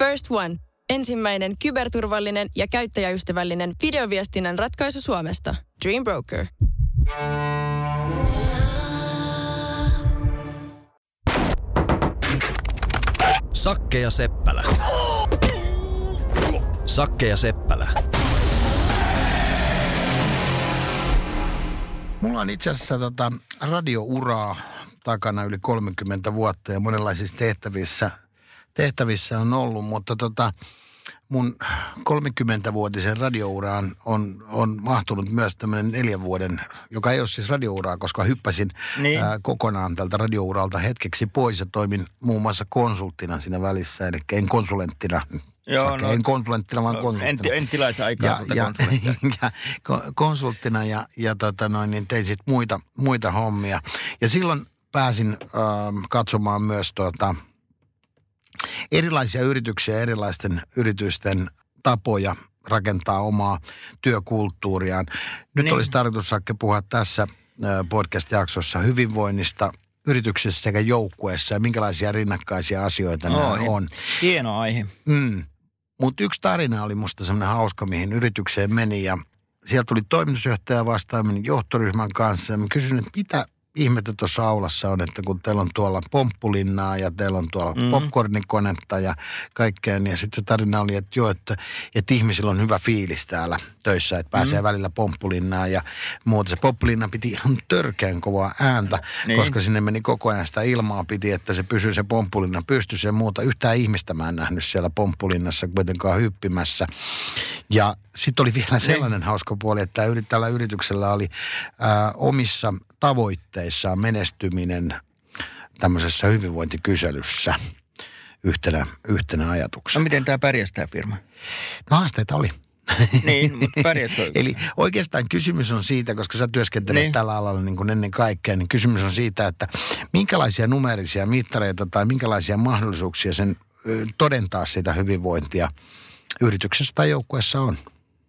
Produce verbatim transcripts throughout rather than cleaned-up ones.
First One. Ensimmäinen kyberturvallinen ja käyttäjäystävällinen videoviestinnän ratkaisu Suomesta. Dream Broker. Sakke ja Seppälä. Sakke ja Seppälä. Mulla on itse asiassa tota radiouraa takana yli kolmekymmentä vuotta ja monenlaisissa tehtävissä, tehtävissä on ollut, mutta tota, mun kolmekymmentävuotisen radiouraan on, on mahtunut myös tämmöinen neljän vuoden, joka ei ole siis radiouraa, koska hyppäsin niin. ää, kokonaan tältä radiouralta hetkeksi pois ja toimin muun muassa konsulttina siinä välissä, eli en konsulenttina. Joo, Sakke, no, en konsulenttina, vaan konsulttina. En, en tilaisi aikaa ja, sulta ja, konsulenttia. Ja, konsulttina ja, ja tota noin, niin tein sit muita, muita hommia. Ja silloin pääsin äh, katsomaan myös tuota, erilaisia yrityksiä, erilaisten yritysten tapoja rakentaa omaa työkulttuuriaan. Nyt niin. olisi tarkoitus, Sakke, puhua tässä äh, podcast-jaksossa hyvinvoinnista yrityksessä sekä joukkueessa ja minkälaisia rinnakkaisia asioita oh, nämä on. Hieno aihe. Mm. Mutta yksi tarina oli musta semmoinen hauska, mihin yritykseen meni ja sieltä tuli toimitusjohtaja vastaan, menin johtoryhmän kanssa ja mä kysyin, että mitä ihmettä tuossa aulassa on, että kun teillä on tuolla pomppulinnaa ja teillä on tuolla mm. popcornikonetta ja kaikkea, niin ja sitten se tarina oli, että joo, että, että ihmisillä on hyvä fiilis täällä töissä, että pääsee mm. välillä pomppulinnaan ja muuta. Se pomppulinna piti ihan törkeän kovaa ääntä, niin. koska sinne meni koko ajan sitä ilmaa piti, että se pysyy se pomppulinna pystyssä ja muuta. Yhtään ihmistä mä en nähnyt siellä pomppulinnassa kuitenkaan hyppimässä. Ja sitten oli vielä sellainen niin. hauska puoli, että tällä yrityksellä oli ää, omissa tavoitteissaan menestyminen tämmöisessä hyvinvointikyselyssä yhtenä, yhtenä ajatuksena. No miten tämä pärjäsi tämä firma? No haasteita oli. Niin, mutta pärjäsi. Eli oikeastaan kysymys on siitä, koska sä työskentelet niin. tällä alalla niin kuin ennen kaikkea, niin kysymys on siitä, että minkälaisia numeerisia mittareita tai minkälaisia mahdollisuuksia sen todentaa sitä hyvinvointia yrityksessä tai joukkueessa on.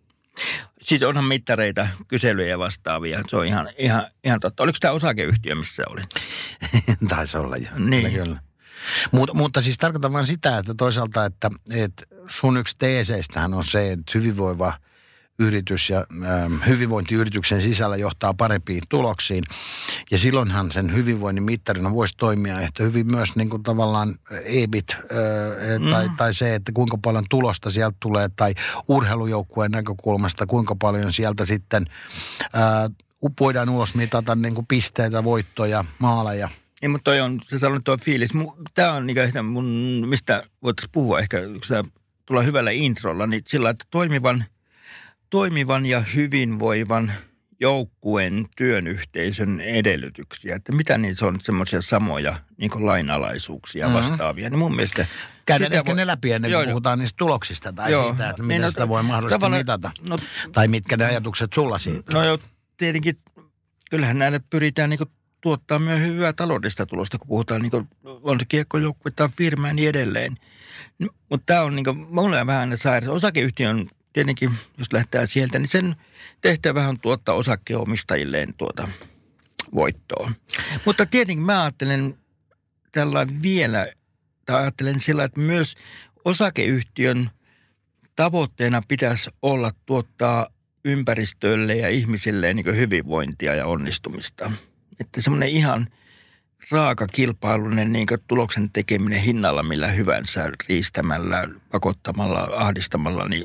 Siis onhan mittareita, kyselyjä vastaavia. Se on ihan, ihan, ihan totta. Oliko tämä osakeyhtiö, missä se oli? Taisi olla jo. Niin. Kyllä. Mut, mutta siis tarkoitan vaan sitä, että toisaalta, että, että sun yksi teeseistähän on se, että hyvinvoiva yritys ja ähm, hyvinvointiyrityksen sisällä johtaa parempiin tuloksiin. Ja silloinhan sen hyvinvoinnin mittarina voisi toimia ehkä hyvin myös niin kuin tavallaan E B I T äh, tai, mm. tai se, että kuinka paljon tulosta sieltä tulee tai urheilujoukkueen näkökulmasta, kuinka paljon sieltä sitten äh, voidaan ulos mitata niin kuin pisteitä, voittoja, maaleja. Ei, mutta toi on, se sanoi toi fiilis. Tämä on niin mun, mistä voitaisiin puhua ehkä, kun tämä tulee hyvällä introlla, niin sillä että toimivan toimivan ja hyvinvoivan joukkueen työyhteisön edellytyksiä. Että mitä niissä on semmoisia samoja niin kuin lainalaisuuksia vastaavia. Mm-hmm. Niin mun mielestä... Käydään ehkä voi... ne läpi ennen kuin puhutaan niistä tuloksista tai joo, siitä, että miten niin no, sitä voi mahdollisesti tavalla... mitata. No, tai mitkä ne ajatukset sulla siitä? No joo, tietenkin kyllähän näille pyritään niin kuin tuottaa myös hyvää taloudellista tulosta, kun puhutaan niin kuin on se kiekkojoukkue tai firma ja niin edelleen. Mutta tämä on niin kuin, mulle on vähän sairas. Osakeyhtiön tietenkin, jos lähtee sieltä, niin sen tehtävä on tuottaa osakkeenomistajilleen tuota voittoa. Mutta tietenkin mä ajattelen tällä vielä, tai ajattelen sillä, että myös osakeyhtiön tavoitteena pitäisi olla tuottaa ympäristölle ja ihmisille niin kuin hyvinvointia ja onnistumista. Että semmoinen ihan raaka kilpailullinen niin kuin tuloksen tekeminen hinnalla millä hyvänsä, riistämällä, pakottamalla, ahdistamalla, niin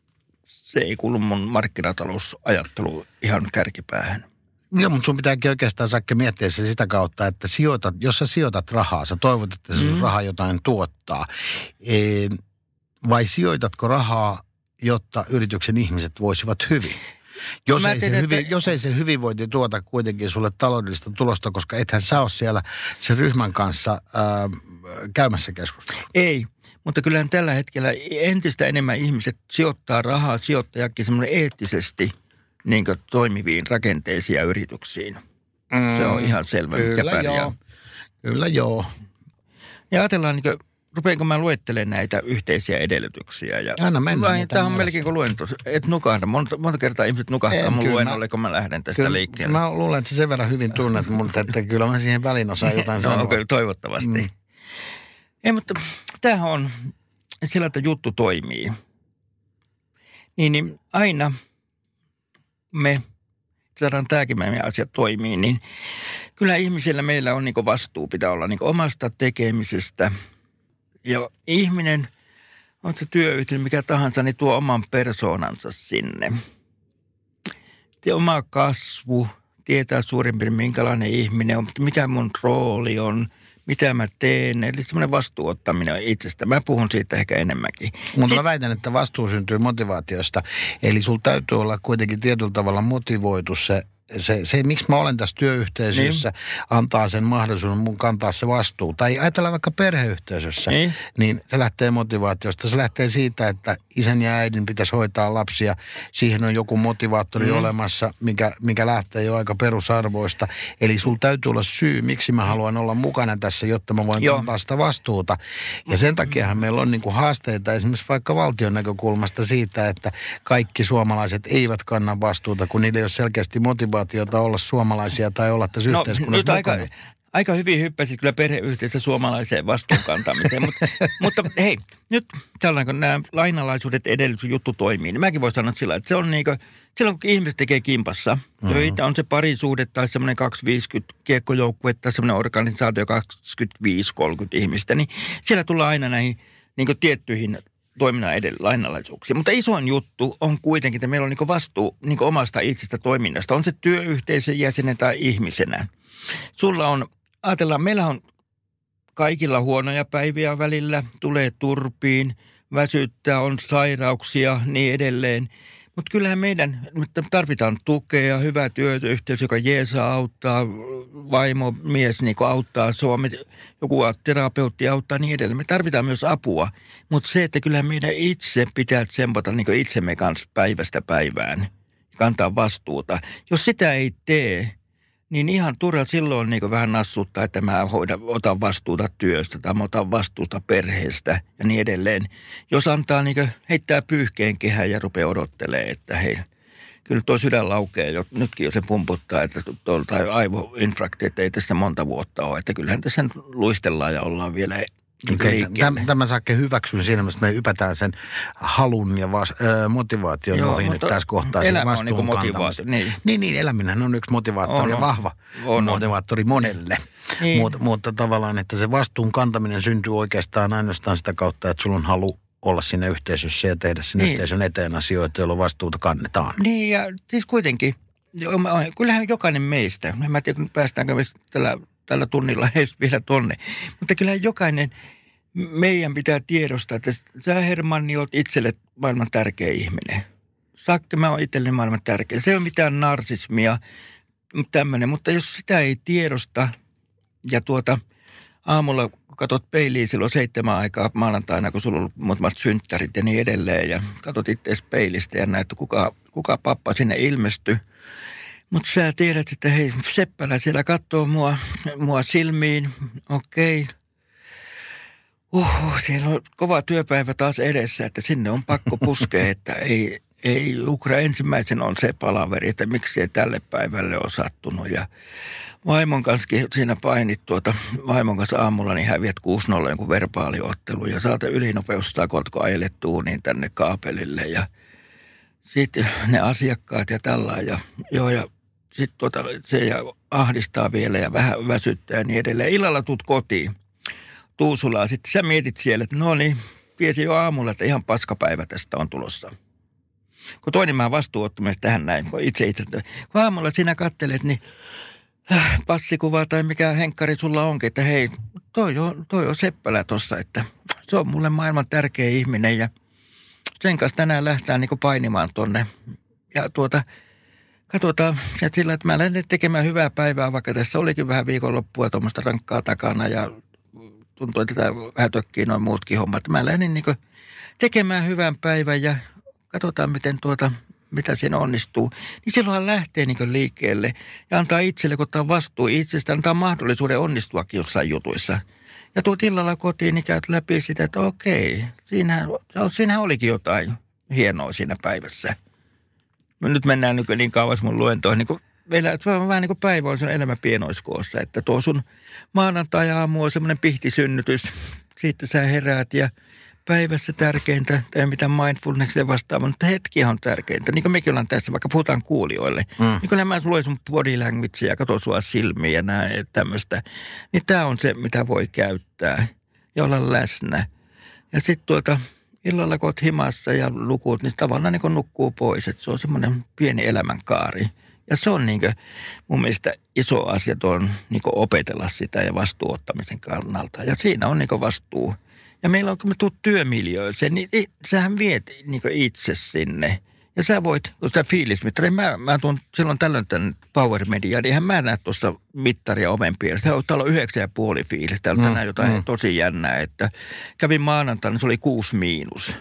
se ei kuulu mun markkinatalousajattelu ihan kärkipäähän. Joo, mutta sun pitääkin oikeastaan Sakke miettiä se sitä kautta, että sijoitat, jos sä sijoitat rahaa, sä toivot, että se mm. raha jotain tuottaa. E, vai sijoitatko rahaa, jotta yrityksen ihmiset voisivat hyvin? Jos ei, tiedän, se hyvi, että... jos ei se hyvinvointi tuota kuitenkin sulle taloudellista tulosta, koska ethän sä ole siellä sen ryhmän kanssa ää, käymässä keskustelua. Ei. Mutta kyllähän tällä hetkellä entistä enemmän ihmiset sijoittaa rahaa sijoittajakin semmoinen eettisesti niin kuin toimiviin rakenteisiin ja yrityksiin. Mm, se on ihan selvä, mikä pärjää. Joo. Kyllä joo. Ja ajatellaan, niin kuin, rupeanko mä luettelemaan näitä yhteisiä edellytyksiä. Ja Anna mennä. Tämä on melkein kuin luento. Et nukahda. Monta, monta kertaa ihmiset nukahtaa en, mun luennolle, kun mä lähden tästä kyllä, liikkeelle. Mä luulen, että sä sen verran hyvin tunnet multa, että kyllä mä siihen väliin osaan jotain sanoa. No, okay, toivottavasti. Mm. Ei, mutta tämähän on sillä, että juttu toimii. Niin, niin aina me saadaan tämäkin meidän asiat toimii, niin kyllä ihmisillä meillä on niin vastuu, pitää olla niin omasta tekemisestä. Ja ihminen, on se työyhteisö mikä tahansa, niin tuo oman persoonansa sinne. Se oma kasvu, tietää suurin piirtein minkälainen ihminen on, mikä mun rooli on, mitä mä teen. Eli semmoinen vastuuottaminen on itsestä. Mä puhun siitä ehkä enemmänkin. Mutta Sit... mä väitän, että vastuu syntyy motivaatiosta. Eli sulla täytyy olla kuitenkin tietyllä tavalla motivoitu se, se, se miksi mä olen tässä työyhteisössä, niin. antaa sen mahdollisuuden mun kantaa se vastuu. Tai ajatellaan vaikka perheyhteisössä, niin. niin se lähtee motivaatiosta. Se lähtee siitä, että isän ja äidin pitäisi hoitaa lapsia. Siihen on joku motivaattori mm. olemassa, mikä, mikä lähtee jo aika perusarvoista. Eli sulla täytyy olla syy, miksi mä haluan olla mukana tässä, jotta mä voin Joo. kantaa sitä vastuuta. Ja sen takiahan meillä on niinku haasteita esimerkiksi vaikka valtion näkökulmasta siitä, että kaikki suomalaiset eivät kanna vastuuta, kun niillä ei ole selkeästi motivaatiota olla suomalaisia tai olla tässä no, yhteiskunnassa mukana. Aika, aika hyvin hyppäsit kyllä perheyhteisössä suomalaiseen vastuunkantamiseen, mutta, mutta hei, nyt tällainen, kun nämä lainalaisuudet edellytys juttu toimii, niin mäkin voin sanoa sillä, että se on niin kuin, silloin kun ihmiset tekee kimpassa töitä, on se parisuhde tai semmoinen kaksisataaviisikymmentä kiekkojoukkue tai semmoinen organisaatio kaksikymmentäviisi kolmekymmentä ihmistä, niin siellä tullaan aina näihin niin kuin tiettyihin toiminnan edellä lainalaisuuksia. Mutta isoin juttu on kuitenkin, että meillä on niin vastuu niin omasta itsestä toiminnasta. On se työyhteisön jäsenen tai ihmisenä. Sulla on, ajatellaan, meillä on kaikilla huonoja päiviä välillä, tulee turpiin, väsyttää, on sairauksia, niin edelleen. Mutta kyllähän meidän tarvitaan tukea, hyvä työyhteisö, joka jeesaa auttaa, vaimo, mies niin auttaa, Suomi, joku terapeutti auttaa niin edelleen. Me tarvitaan myös apua, mutta se, että kyllähän meidän itse pitää tsempata niin itsemme kanssa päivästä päivään, kantaa vastuuta. Jos sitä ei tee, niin ihan turha silloin niin vähän nassuttaa, että mä hoidan, otan vastuuta työstä tai mä otan vastuuta perheestä ja niin edelleen. Jos antaa niin heittää pyyhkeen kehään ja rupeaa odottelemaan, että hei, kyllä tuo sydän laukee jo, nytkin jo se pumputtaa, että tuolla tai aivoinfrakti, että ei tästä monta vuotta ole, että kyllähän tässä luistellaan ja ollaan vielä Okay. Tämä, tämä Sakke hyväksyn siinä, että me ypätään sen halun ja vas, äh, motivaation Joo, ohi nyt tässä kohtaa. Elämä on niin motivaatio. Niin. niin, niin, eläminenhän on yksi motivaattori on, ja vahva on, motivaattori monelle. Niin. Mut, mutta tavallaan, että se vastuun kantaminen syntyy oikeastaan ainoastaan sitä kautta, että sulla on halu olla siinä yhteisössä ja tehdä sen niin. yhteisön eteen asioita, joilla vastuuta kannetaan. Niin, ja siis kuitenkin, kyllähän jokainen meistä, mä en tiedä, päästäänkö me tällä tällä tunnilla ei vielä tonne. Mutta kyllä jokainen meidän pitää tiedostaa, että sä Hermanni oot itselle maailman tärkeä ihminen. Sakke, mä oon itselleni maailman tärkeä. Se ei ole mitään narsismia, tämmöinen. Mutta jos sitä ei tiedosta ja tuota aamulla kun katsot peiliin silloin seitsemän aikaa maanantaina, kun sulla on ollut muutamat synttärit ja niin edelleen ja katsot itseäsi peilistä ja näet, kuka, kuka pappa sinne ilmestyi. Mutta sä tiedät, että hei, Seppälä siellä katsoo mua, mua silmiin, okei. Okay. Uhuh, siellä on kova työpäivä taas edessä, että sinne on pakko puskea, että ei, ei Ukra ensimmäisen on se palaveri, että miksi ei tälle päivälle ole sattunut. Ja vaimon kanssa siinä painit tuota, vaimon kanssa aamulla, niin häviät kuusi nolla jonkun verbaaliottelu ja saata ylinopeustakot, kun ajelet tuuniin tänne kaapelille ja sitten ne asiakkaat ja tällä ja joo ja sitten tuota, se ja ahdistaa vielä ja vähän väsyttää ja niin edelleen. Illalla tuut kotiin, Tuusulaa. Sitten sä mietit siellä, että no niin, tiesi jo aamulla, että ihan paskapäivä tästä on tulossa. Kun toinen mä vastuuottamista tähän näin, kun itse itse. Kun aamulla sinä kattelet, niin äh, passikuva tai mikä henkkari sulla onkin, että hei, toi on, toi on Seppälä tossa, että se on mulle maailman tärkeä ihminen ja sen kanssa tänään lähtään niin kuin painimaan tonne. Ja tuota... Katsotaan sillä, että mä lähden tekemään hyvää päivää, vaikka tässä olikin vähän viikonloppua tuommoista rankkaa takana ja tuntuu, että tämä vähän tökkii noin muutkin hommat. Mä lähden niin tekemään hyvän päivän ja katsotaan, miten tuota, mitä siinä onnistuu. Niin silloin lähtee niin liikkeelle ja antaa itselle, kun ottaa vastuu itsestä, antaa mahdollisuuden onnistuakin jossain jutuissa. Ja tuut illalla kotiin, niin käyt läpi sitä, että okei, siinähän, siinähän olikin jotain hienoa siinä päivässä. Nyt mennään niin, niin kauas mun luentoihin. Niin meillä, se on vähän niin kuin päivä on sun elämä pienoiskoossa, että tuo sun maanantai-aamu on semmoinen pihtisynnytys. Siitä sä heräät ja päivässä tärkeintä, tai mitään mindfulnessia vastaavaa, mutta hetkiä on tärkeintä. Niin kuin mekin ollaan tässä, vaikka puhutaan kuulijoille. Mm. Niin kuin mä luen sun body language ja katson sua silmiä ja näin tämmöistä. Niin tämä on se, mitä voi käyttää ja olla läsnä. Ja sitten tuota, illalla kun oot himassa ja lukut, niin tavallaan niin kuin nukkuu pois. Että se on semmoinen pieni elämänkaari. Ja se on niin kuin mun mielestä iso asia tuon niin kuin opetella sitä ja vastuuottamisen kannalta. Ja siinä on niin kuin vastuu. Ja meillä on, kun me tuut työmiljööseen, niin sähän viet niin kuin itse sinne. Ja sä voit, kun sitä fiilismittaria, mä, mä tuun silloin tällöin tämän Power Mediaan, niin eihän mä näe tuossa mittaria oven pielessä. Täällä on yhdeksän ja puoli fiilistä. Täällä on tänään jotain mm. tosi jännää, että kävin maanantaina, se oli kuusi miinus.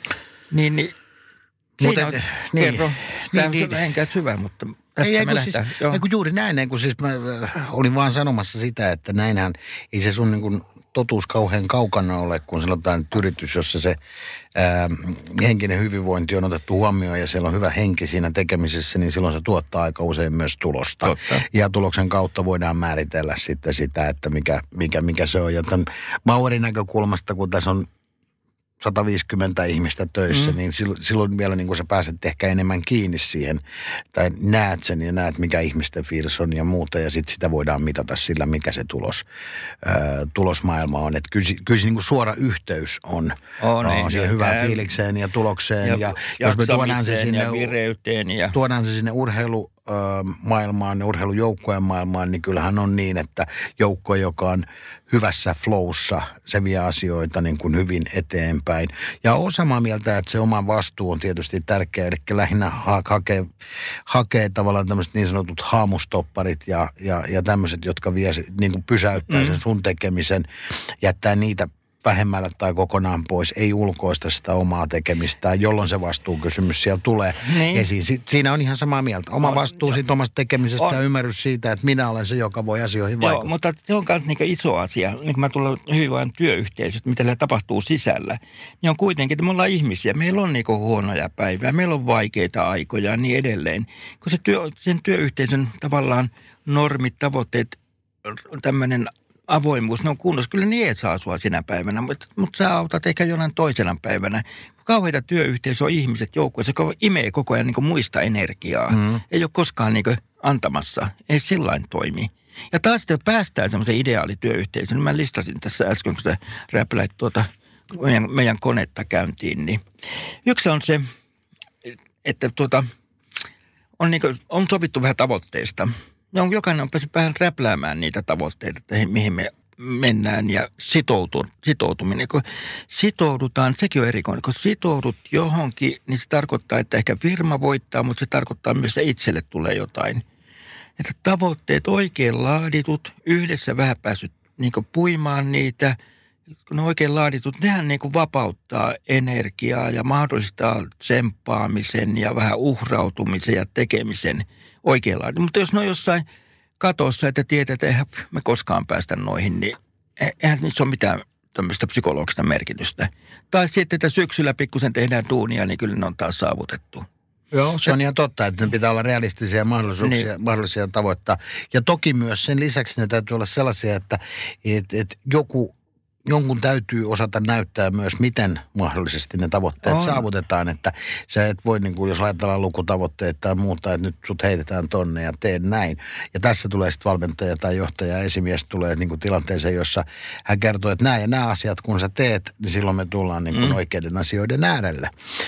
Niin, niin siinä on, niin, kerro, niin, niin, niin. Enkä syvä, mutta tästä ei, me lähdetään. Siis, kun juuri näin, niin kun siis mä olin vaan sanomassa sitä, että näinhän ei se sun niin kuin totuus kauhean kaukana ole, kun sanotaan, että yritys, jossa se ää, henkinen hyvinvointi on otettu huomioon ja siellä on hyvä henki siinä tekemisessä, niin silloin se tuottaa aika usein myös tulosta. Totta. Ja tuloksen kautta voidaan määritellä sitten sitä, että mikä, mikä, mikä se on. Ja tämän Bauerin näkökulmasta, kun tässä on sata viisikymmentä ihmistä töissä, mm. niin silloin, silloin vielä niin kuin sä pääset ehkä enemmän kiinni siihen, tai näet sen ja näet, mikä ihmisten fiilis on ja muuta, ja sitten sitä voidaan mitata sillä, mikä se tulos, äh, tulosmaailma on. Että kyllä, kyllä se niin kuin suora yhteys on, on, on siihen hyvään fiilikseen ja tulokseen, ja, ja jos me tuodaan se sinne, ja vireyteen ja tuodaan se sinne urheilu, maailmaan ja urheilujoukkojen maailmaan, niin kyllähän on niin, että joukko, joka on hyvässä flowssa, se vie asioita niin kuin hyvin eteenpäin. Ja olen samaa mieltä, että se oma vastuu on tietysti tärkeä, eli lähinnä ha- hakee, hakee tavallaan tämmöiset niin sanotut haamustopparit ja, ja, ja tämmöiset, jotka vie, niin kuin pysäyttää mm. sen sun tekemisen, jättää niitä vähemmällä tai kokonaan pois, ei ulkoista sitä omaa tekemistä, jolloin se vastuukysymys siellä tulee niin esiin. Siinä on ihan samaa mieltä. Oma on, vastuu jo. siitä omasta tekemisestä on. Ja ymmärrys siitä, että minä olen se, joka voi asioihin vaikuttaa. Joo, mutta se on myös niin iso asia. Niin kun mä tulen hyvinvoinnin työyhteisöstä, mitä siellä tapahtuu sisällä, niin on kuitenkin, että me ollaan ihmisiä. Meillä on niin huonoja päiviä, meillä on vaikeita aikoja ja niin edelleen. Kun se työ, sen työyhteisön tavallaan normit, tavoitteet, tämmöinen avoimuus, ne on kunnossa. Kyllä niin et saa sua sinä päivänä, mutta, mutta sä autat ehkä jonain toisena päivänä. Kauheita työyhteisö on ihmiset joukkoja, se imee koko ajan niin kuin muista energiaa. Mm. Ei ole koskaan niin kuin antamassa. Ei sillain toimi. Ja taas sitten päästään semmoisen ideaalityöyhteisön. Mä listasin tässä äsken, kun sä räpläit tuota meidän, meidän konetta käyntiin. Niin yksi on se, että tuota, on, niin kuin, on sovittu vähän tavoitteista. No, jokainen on päässyt vähän räpläämään niitä tavoitteita, että mihin me mennään ja sitoutu, sitoutuminen. Kun sitoudutaan, sekin on erikoinen. Kun sitoudut johonkin, niin se tarkoittaa, että ehkä firma voittaa, mutta se tarkoittaa myös, että itselle tulee jotain. Että tavoitteet oikein laaditut, yhdessä vähän päässyt niin kuin puimaan niitä, kun ne oikein laaditut, nehän niin kuin vapauttaa energiaa ja mahdollistaa tsemppaamisen ja vähän uhrautumisen ja tekemisen oikeanlainen. Mutta jos ne on jossain katossa, että tietää, että eihän me koskaan päästä noihin, niin eihän niissä ole mitään tämmöistä psykologista merkitystä. Tai sitten, että syksyllä pikkusen tehdään duunia, niin kyllä ne on taas saavutettu. Joo, se on ihan totta, että ne pitää olla realistisia mahdollisuuksia, niin. mahdollisia tavoittaa. Ja toki myös sen lisäksi ne täytyy olla sellaisia, että et, et joku... Jonkun täytyy osata näyttää myös, miten mahdollisesti ne tavoitteet on. saavutetaan, että sä et voi, niin kuin, jos ajatellaan lukutavoitteet tai muuta, että nyt sut heitetään tonne ja tee näin. Ja tässä tulee sitten valmentaja tai johtaja, esimies tulee niin kuin tilanteeseen, jossa hän kertoo, että nämä ja nämä asiat, kun sä teet, niin silloin me tullaan niin kuin mm. oikeiden asioiden äärelle.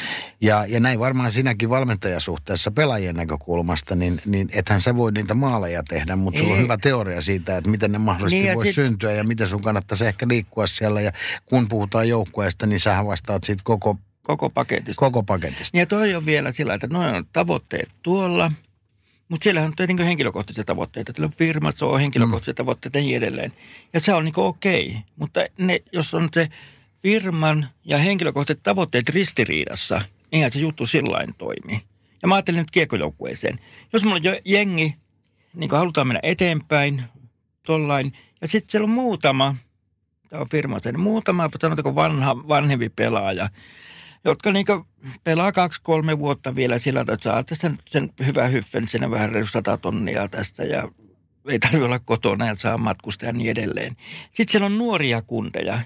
Ja, ja näin varmaan sinäkin valmentajasuhteessa pelaajien näkökulmasta, niin, niin ethän sä voi niitä maaleja tehdä, mutta sulla on hyvä teoria siitä, että miten ne mahdollisesti niin, voi sit... syntyä ja miten sun kannattaisi ehkä liikkua siellä. Ja kun puhutaan joukkueesta, niin sähän vastaat siitä koko, koko paketista. Koko paketista. Ja toi on vielä sillä, että noin on tavoitteet tuolla, mutta siellähän on tietenkin henkilökohtaisia tavoitteita. Tällä on firmat, se on henkilökohtaisia mm. tavoitteita ja niin edelleen. Ja se on niin okei, mutta ne, jos on se firman ja henkilökohtaiset tavoitteet ristiriidassa, eihän se juttu sillain toimi. Ja mä ajattelin nyt kiekkojoukkueeseen. Jos mulla on jo jengi, niin kuin halutaan mennä eteenpäin, tollain, ja sitten siellä on muutama, tämä on firma, niin muutama, sanotaanko vanha, vanhempi pelaaja, jotka niin kuin pelaa kaksi, kolme vuotta vielä sillä, että saa tästä sen hyvä hyffen, siinä vähän reilu sata tonnia tästä, ja ei tarvitse olla kotona, ja saa matkustaa ja niin edelleen. Sitten siellä on nuoria kundeja,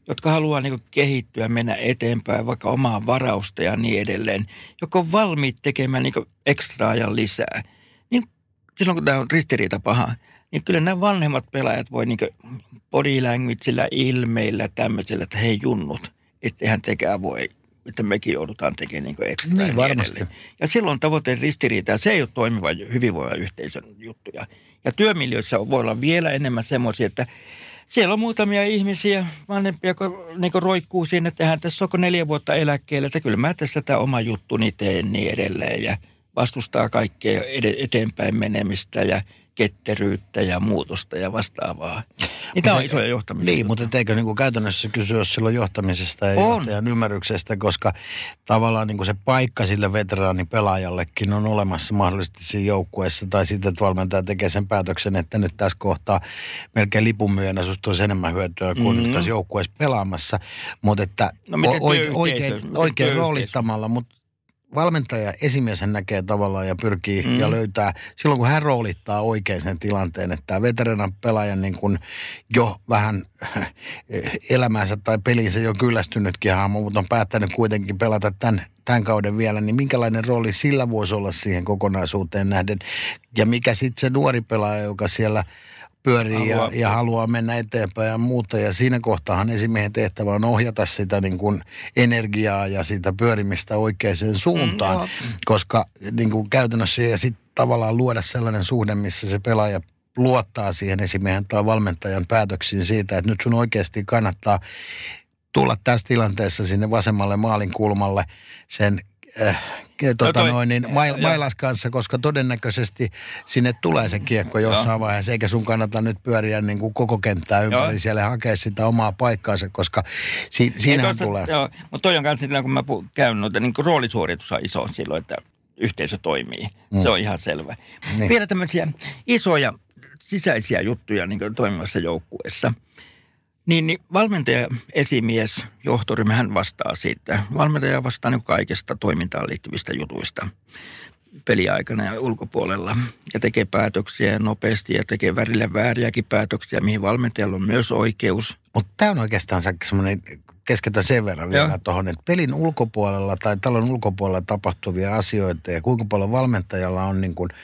jotka haluaa niin kuin kehittyä, mennä eteenpäin, vaikka omaa varausta ja niin edelleen, jotka on valmiit tekemään niin kuin ekstraa ja lisää. Niin silloin kun tämä on ristiriita paha, niin kyllä nämä vanhemmat pelaajat voi niin kuin body languageillä, ilmeillä tämmöisellä, että hei junnut, ettehän tekään voi, että mekin joudutaan tekemään niin kuin ekstraa. Niin varmasti. Ja silloin tavoitteen ristiriita, se ei ole toimiva hyvinvoiva yhteisön juttuja. Ja työmiljöissä voi olla vielä enemmän semmoisia, että siellä on muutamia ihmisiä, vanhempia, kun niin roikkuu siinä, että eihän tässä onko neljä vuotta eläkkeellä, että kyllä mä tässä tämä oma juttuni teen niin edelleen ja vastustaa kaikkea eteenpäin menemistä ja ketteryyttä ja muutosta ja vastaavaa. Niin tämä on isoja johtamisia. Niin, mutta eikö niin kuin käytännössä kysyä silloin johtamisesta ja on. johtajan ymmärryksestä, koska tavallaan niin kuin se paikka sille veteraanipelaajallekin on olemassa mahdollisesti siinä joukkueessa tai sitten, että valmentaja tekee sen päätöksen, että nyt tässä kohtaa melkein lipunmyyjänä susta olisi enemmän hyötyä kuin mm-hmm. tässä joukkueessa pelaamassa, mutta että no, oikein, oikein, oikein roolittamalla, mutta valmentaja, esimies hän näkee tavallaan ja pyrkii mm. ja löytää, silloin kun hän roolittaa oikein sen tilanteen, että tämä veteranan pelaajan niin kuin jo vähän elämänsä tai pelinsä jo kyllästynytkin hahmo, mutta on päättänyt kuitenkin pelata tämän, tämän kauden vielä, niin minkälainen rooli sillä voisi olla siihen kokonaisuuteen nähden ja mikä sitten se nuori pelaaja, joka siellä pyörii ja, ja haluaa mennä eteenpäin ja muuta. Ja siinä kohtaahan esimiehen tehtävä on ohjata sitä niin kuin energiaa ja sitä pyörimistä oikeaan suuntaan, mm, koska niin kuin käytännössä ja sitten tavallaan luoda sellainen suhde, missä se pelaaja luottaa siihen esimiehen tai valmentajan päätöksiin siitä, että nyt sun oikeasti kannattaa tulla tässä tilanteessa sinne vasemmalle maalin kulmalle sen äh, Tota noin, niin mail, mailas kanssa, koska todennäköisesti sinne tulee se kiekko jossain vaiheessa, eikä sun kannata nyt pyöriä niin kuin koko kenttää ympäri joo. siellä hakea sitä omaa paikkaansa, koska si, siinähän tosta, tulee. Joo, mutta toi on kanssa sillä, kun mä käyn noita, niin roolisuoritus on iso silloin, että yhteisö toimii. Mm. Se on ihan selvä. Niin. Vielä tämmöisiä isoja sisäisiä juttuja niin kuin toimivassa joukkueessa. Niin, niin valmentaja, esimies, johtoryhmä, hän vastaa siitä. Valmentaja vastaa niin kaikesta toimintaan liittyvistä jutuista peliaikana ja ulkopuolella. Ja tekee päätöksiä nopeasti ja tekee värille vääriäkin päätöksiä, mihin valmentajalla on myös oikeus. Mutta tämä on oikeastaan semmoinen, keskeytän sen verran vielä tuohon, että pelin ulkopuolella tai talon ulkopuolella tapahtuvia asioita ja kuinka paljon valmentajalla on niin kuin,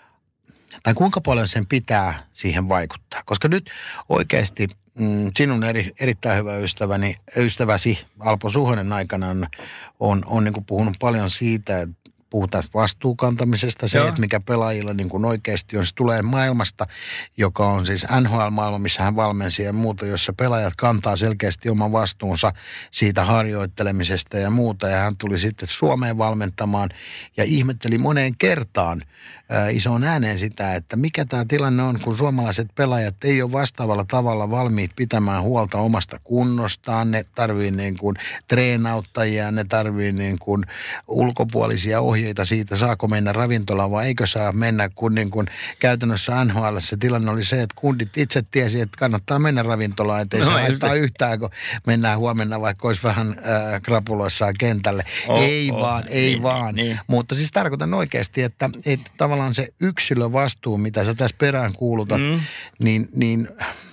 tai kuinka paljon sen pitää siihen vaikuttaa. Koska nyt oikeasti mm, sinun eri, erittäin hyvä ystäväni, ystäväsi Alpo Suhonen aikana on, on, on niin kuin puhunut paljon siitä, että puhutaan vastuukantamisesta, se, että mikä pelaajilla niin kuin oikeasti on. Se tulee maailmasta, joka on siis N H L-maailma, missä hän valmensi ja muuta, jossa pelaajat kantaa selkeästi oman vastuunsa siitä harjoittelemisesta ja muuta. Ja hän tuli sitten Suomeen valmentamaan ja ihmetteli moneen kertaan ää, isoon ääneen sitä, että mikä tämä tilanne on, kun suomalaiset pelaajat ei ole vastaavalla tavalla valmiit pitämään huolta omasta kunnostaan. Ne tarvii niin kuin treenauttajia, ne tarvii niin kuin ulkopuolisia ohjeita siitä, saako mennä ravintolaan vai eikö saa mennä, kun niin kuin käytännössä N H L se tilanne oli se, että kundit itse tiesi, että kannattaa mennä ravintolaan, ettei no, se haittaa yhtään, kun mennään huomenna, vaikka olisi vähän äh, krapuloissaan kentälle. Oh, ei oh, vaan, ei niin, vaan. Niin. Mutta siis tarkoitan oikeasti, että, että tavallaan se yksilövastuu, mitä sä tässä perään kuulutat, mm. niin, niin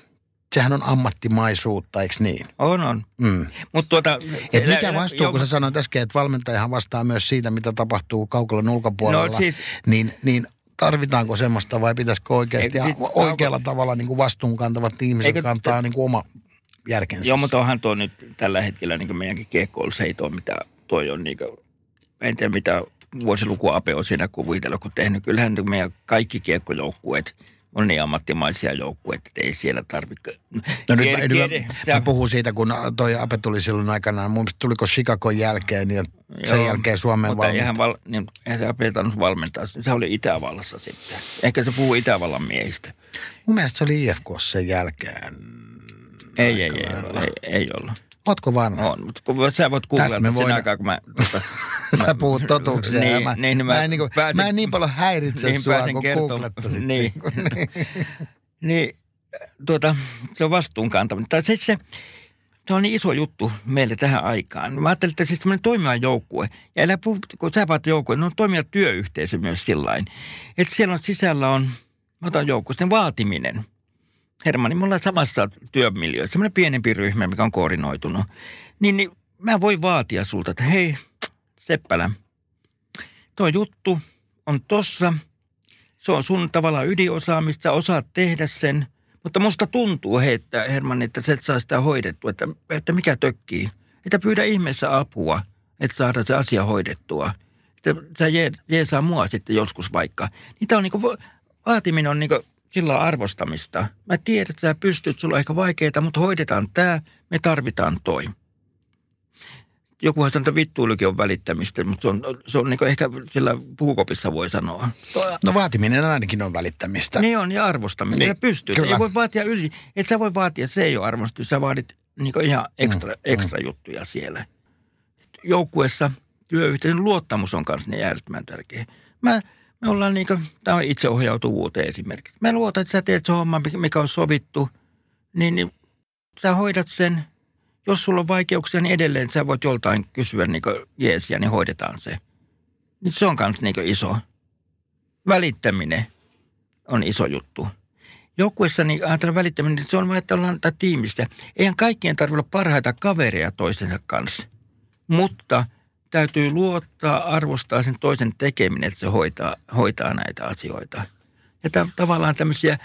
sehän on ammattimaisuutta, eikö niin? On, on. Mm. Mut tuota, et mikä vastuu, jo, kun sä sanoit äsken, että valmentajahan vastaa myös siitä, mitä tapahtuu kaukalon ulkopuolella, no, siis, niin, niin tarvitaanko semmoista vai pitäisikö oikeasti siis, oikealla tavalla niin kuin vastuunkantavat ihmiset eikö, kantaa niin kuin oma järkensä? Joo, mutta onhan tuo nyt tällä hetkellä niin kuin meidänkin kiekkoilussa ei tuo mitä toi on niin kuin, en tiedä mitä vuosiluku Ape on siinä kuvitella, kun tehnyt. Kyllähän meidän kaikki kiekkojoukkueet on niin ammattimaisia joukkueita, että ei siellä tarvitse. No nyt mä, nyt mä, mä puhun siitä, kun toi Ape tuli silloin aikanaan. Mun mielestä tuliko Chicagon jälkeen ja sen joo, jälkeen Suomen mutta eihän, val, niin, eihän se Ape tainnut valmentaa. Se oli Itävallassa sitten. Ehkä se puhuu Itävallan miehistä. Mun mielestä se oli I F K sen jälkeen. Ei, ei, ei, ei, ei, ei ollut. Ootko varma? On, mutta kun sä voit googlata voin... sen aikaa, kun mä... Tuota, sä puhut totuuksia. niin, mä, niin, mä, en, niin kuin, pääsin, mä en niin paljon häiritse niin sua, kun googlettasit. Niin, niin tuota, se on vastuunkantaminen. Tai se, se, se on niin iso juttu meille tähän aikaan. Mä ajattelin, että siis tämmöinen toimiva joukkue, ja älä puhu, kun sä vaat joukkue, ne on toimiva työyhteisö myös sillain. Että siellä on sisällä on, mä otan joukkueisten vaatiminen. Hermanni, me ollaan samassa työmiljöissä, semmoinen pienempi ryhmä, mikä on koordinoitunut. Niin, niin mä voin vaatia sulta, että hei, Seppälä, tuo juttu on tossa. Se on sun tavallaan ydinosaamista, osaat tehdä sen. Mutta musta tuntuu, hei, että Hermanni, että sä et saa sitä hoidettua, että, että mikä tökkii. Että pyydä ihmeessä apua, että saada se asia hoidettua. Että sä jee, jeesaa mua sitten joskus vaikka. Niitä on niinku, vaatiminen on niinku sillä arvostamista. Mä tiedän, että sä pystyt, sulla on ehkä vaikeaa, mutta hoidetaan tää, me tarvitaan toi. Jokuhan sanoo, että vittuilukin on välittämistä, mutta se on, se on niin kuin ehkä sillä puukopissa voi sanoa. No vaatiminen ainakin on välittämistä. Niin on, ja arvostamista. Niin, sä pystyt. Kyllä. Ei voi vaatia yli. Et sä voi vaatia, että se ei ole arvostus. Sä vaadit niin kuin ihan ekstra, mm, ekstra mm. juttuja siellä. Joukkuessa työyhteisön luottamus on kanssa niin äärettömän tärkeä. Mä, me ollaan niin kuin, tämä on itseohjautuvuuteen esimerkiksi. Mä luotan, että sä teet se homma, mikä on sovittu, niin, niin sä hoidat sen. Jos sulla on vaikeuksia, niin edelleen sä voit joltain kysyä niin jeesiä, niin hoidetaan se. Niin se on myös niin iso. Välittäminen on iso juttu. Joukkueessa niin ajatellaan välittäminen, se on vain, että ollaan tiimistä. Eihän kaikkien tarvitse olla parhaita kavereja toistensa kanssa. Mutta täytyy luottaa, arvostaa sen toisen tekeminen, että se hoitaa, hoitaa näitä asioita. Ja t- tavallaan tämmöisiä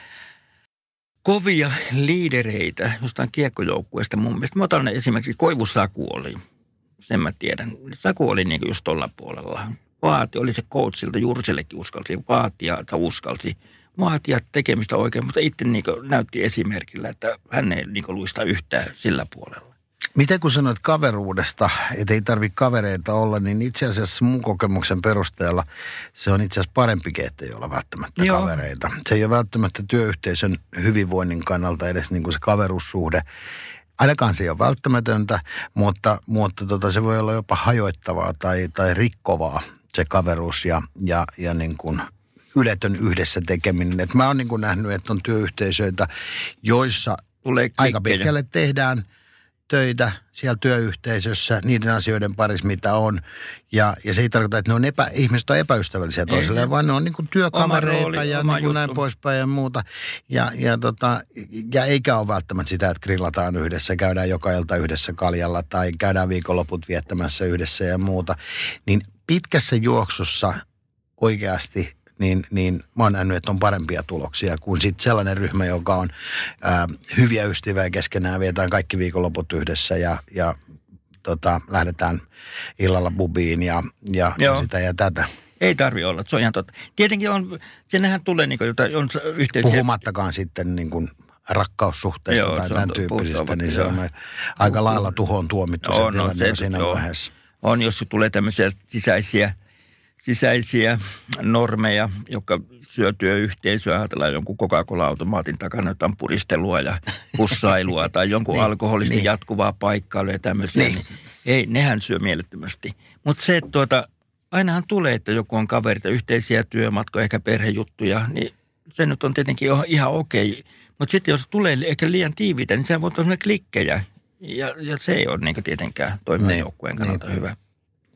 kovia liidereitä jostain kiekkojoukkueesta mun mielestä. Mä otan esimerkiksi Koivu Saku oli, sen mä tiedän. Saku oli niin kuin just tuolla puolella. Vaati, oli se coachilta, Jursellekin uskalsi vaatia tai uskalsi vaatia tekemistä oikein, mutta itse niin kuin näytti esimerkillä, että hän ei niin kuin luista yhtään sillä puolella. Miten kun sanoit kaveruudesta, että ei tarvitse kavereita olla, niin itse asiassa mun kokemuksen perusteella se on itse asiassa parempikin, että ei olla välttämättä Joo. kavereita. Se ei ole välttämättä työyhteisön hyvinvoinnin kannalta edes niin kuin se kaveruussuhde. Ainakaan se ei ole välttämätöntä, mutta, mutta tota, se voi olla jopa hajoittavaa tai, tai rikkovaa se kaveruus ja, ja, ja niin kuin yletön yhdessä tekeminen. Et mä oon niin kuin nähnyt, että on työyhteisöitä, joissa aika pitkälle tehdään töitä siellä työyhteisössä, niiden asioiden parissa, mitä on. Ja, ja se ei tarkoita, että ne on epä, ihmiset on epäystävällisiä toisilleen, vaan ne on niin kuin työkavereita rooli, ja niin kuin näin poispäin ja muuta. Ja, ja, tota, ja eikä ole välttämättä sitä, että grillataan yhdessä, käydään joka ilta yhdessä kaljalla tai käydään viikonloput viettämässä yhdessä ja muuta. Niin pitkässä juoksussa oikeasti Niin, niin mä oon nähnyt, että on parempia tuloksia kuin sitten sellainen ryhmä, joka on ää, hyviä ystäviä keskenään, vietään kaikki viikonloput yhdessä ja, ja tota, lähdetään illalla bubiin ja, ja, ja sitä ja tätä. Ei tarvitse olla, se on ihan totta. Tietenkin on, siellähän tulee niin kuin jotain, on yhteisiä. Puhumattakaan sitten niin kuin rakkaussuhteista Joo, tai tämän to, tyyppisistä, niin se on jo. aika lailla tuhoon tuomittu no, se tilanne no, siinä joo. vaiheessa. On, jos tulee tämmöisiä sisäisiä sisäisiä normeja, jotka syö työyhteisöä, ajatellaan jonkun Coca-Cola-automaatin takana jotain puristelua ja pussailua tai jonkun niin, alkoholisesti niin. jatkuvaa paikkailua ja tämmöisiä, niin. niin ei, nehän syö mielettömästi. Mutta se, että tuota, ainahan tulee, että joku on kaverita, yhteisiä työmatkoja, ehkä perhejuttuja, niin se nyt on tietenkin ihan okei. Mutta sitten jos tulee ehkä liian tiiviitä, niin se voi olla klikkejä ja, ja se ei ole niin tietenkään toimivan joukkueen kannalta niin. hyvä.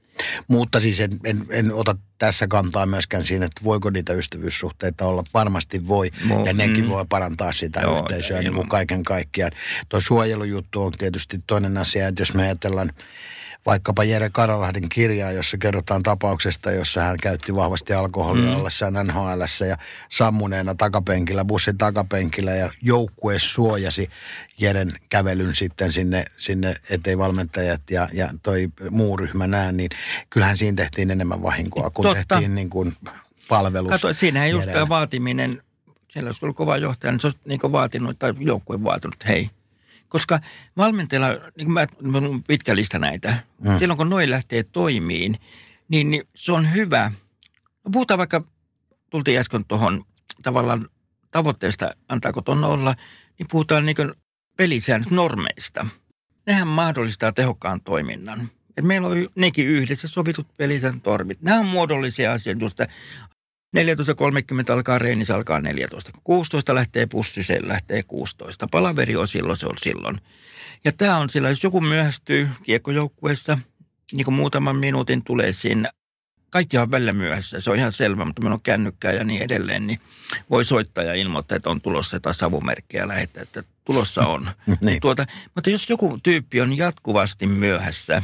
Mutta siis en, en, en ota tässä kantaa myöskään siinä, että voiko niitä ystävyyssuhteita olla. Varmasti voi, Mo, ja nekin mm. voi parantaa sitä joo, yhteisöä niin kuin kaiken kaikkiaan. Tuo suojelujuttu on tietysti toinen asia, että jos me ajatellaan vaikkapa Jere Karalahden kirjaa, jossa kerrotaan tapauksesta, jossa hän käytti vahvasti alkoholia mm. ollessaan N H L:ssä ja sammuneena takapenkillä, bussin takapenkillä ja joukkue suojasi Jeren kävelyn sitten sinne, sinne ettei valmentajat ja, ja toi muu ryhmä näe, niin kyllähän siinä tehtiin enemmän vahinkoa, kun Totta. tehtiin niin kuin palvelus. Kato, siinähän just tämä vaatiminen, siellä olisi ollut kova johtaja, niin se olisi niin kuin vaatinut, tai joukkue vaatinut, että hei. Koska valmentajalla, niin kuin mä, mä on pitkä lista näitä, mm. silloin kun noi lähtee toimiin, niin, niin se on hyvä. Puhutaan vaikka, tultiin äsken tuohon tavallaan tavoitteesta, antaako tuon olla, niin puhutaan niin kuin pelisäännöistä, normeista. Nehän mahdollistaa tehokkaan toiminnan. Et meillä on nekin yhdessä sovitut pelisäännöt, normit. Nämä on muodollisia asioita, just neljätoista kolmekymmentä alkaa reenissä, alkaa neljätoista. kuusitoista lähtee pussi, se lähtee kuusitoista. Palaveri on silloin, se on silloin. Ja tämä on sillä, jos joku myöhästyy kiekkojoukkueessa, niin kuin muutaman minuutin tulee siinä kaikki on välillä myöhässä. Se on ihan selvä, mutta meillä on kännykkää ja niin edelleen. Niin voi soittaa ja ilmoittaa, että on tulossa jotain savumerkkiä ja lähettää, että tulossa on. niin. tuota, mutta jos joku tyyppi on jatkuvasti myöhässä,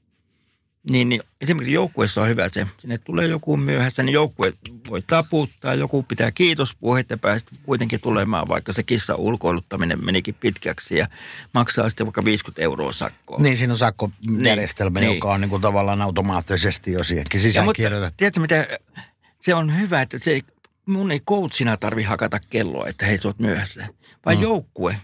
niin, niin esimerkiksi joukkueessa on hyvä se, sinne tulee joku myöhässä, niin joukkue voi taputtaa, joku pitää kiitospuhe, että päästä kuitenkin tulemaan, vaikka se kissa ulkoiluttaminen menikin pitkäksi ja maksaa sitten vaikka viisikymmentä euroa sakkoa. Niin, siinä on sakkojärjestelmä, niin, joka on niin kuin tavallaan automaattisesti jo siihenkin sisään kirjoitettu. Tiedätkö mitä, se on hyvä, että se, mun ei coachina tarvi hakata kelloa, että hei, sä oot myöhässä, vaan mm. joukkue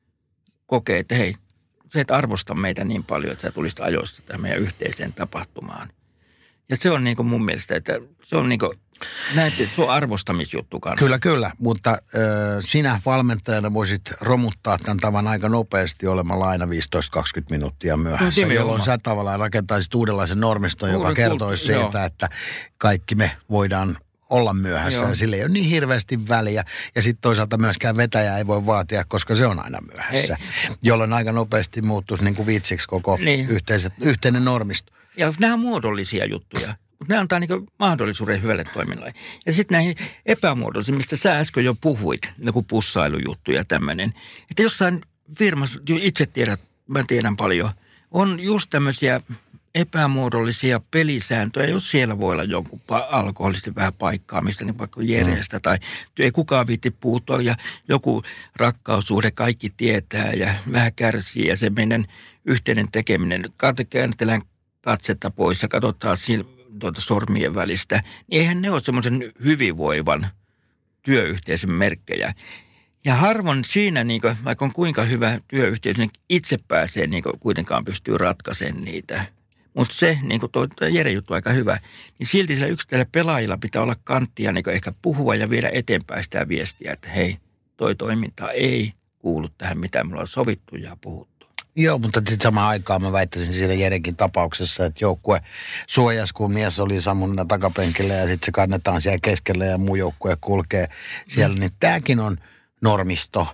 kokee, että hei, se et arvosta meitä niin paljon, että sä tulisit ajoissa tähän meidän yhteiseen tapahtumaan. Ja se on niin kuin mun mielestä, että se on niin kuin, näet, että se on arvostamisjuttu kanssa. Kyllä, kyllä, mutta äh, sinä valmentajana voisit romuttaa tämän tavan aika nopeasti olemalla aina viisitoista kaksikymmentä minuuttia myöhässä, no, jolloin sä tavallaan rakentaisit uudenlaisen normiston, joka kertoisi siitä, joo. että kaikki me voidaan olla myöhässä Joo. ja sillä ei ole niin hirveästi väliä. Ja sitten toisaalta myöskään vetäjä ei voi vaatia, koska se on aina myöhässä. Ei. Jolloin aika nopeasti muuttuisi niin kuin vitsiksi koko niin. yhteiset, yhteinen normisto. Ja nämä on muodollisia juttuja. Mutta ne antaa niin kuin mahdollisuuden hyvälle toiminnalle. Ja sitten näihin epämuodollisiin, mistä sä äsken jo puhuit, joku pussailujuttu ja tämmöinen. Että jossain firmassa, itse tiedät, mä tiedän paljon, on just tämmöisiä epämuodollisia pelisääntöjä, jos siellä voi olla jonkun alkoholisesti vähän paikkaamista, niin vaikka järjestä, mm. tai ei kukaan viitti puuttua, ja joku rakkaussuhde kaikki tietää, ja vähän kärsii, ja se meidän yhteinen tekeminen, käännetellään katsetta pois, ja katsotaan tuota sormien välistä, niin eihän ne ole semmoisen hyvinvoivan työyhteisön merkkejä. Ja harvoin siinä, niin kuin, vaikka on kuinka hyvä työyhteisö, niin itse pääsee niin kuin, kuitenkaan pystyy ratkaisemaan niitä. Mutta se, niin kuin tuo Jere juttu aika hyvä, niin silti sillä yksittäisellä pelaajilla pitää olla kanttia niin ehkä puhua ja viedä eteenpäin sitä viestiä, että hei, toi toiminta ei kuulu tähän, mitä me ollaan sovittu ja puhuttu. Joo, mutta sitten samaan aikaan mä väittäisin siinä Jerenkin tapauksessa, että joukkue suojasi, kun mies oli sammunna takapenkillä ja sitten se kannetaan siellä keskellä ja muu joukkue kulkee siellä, mm. niin tämäkin on normisto.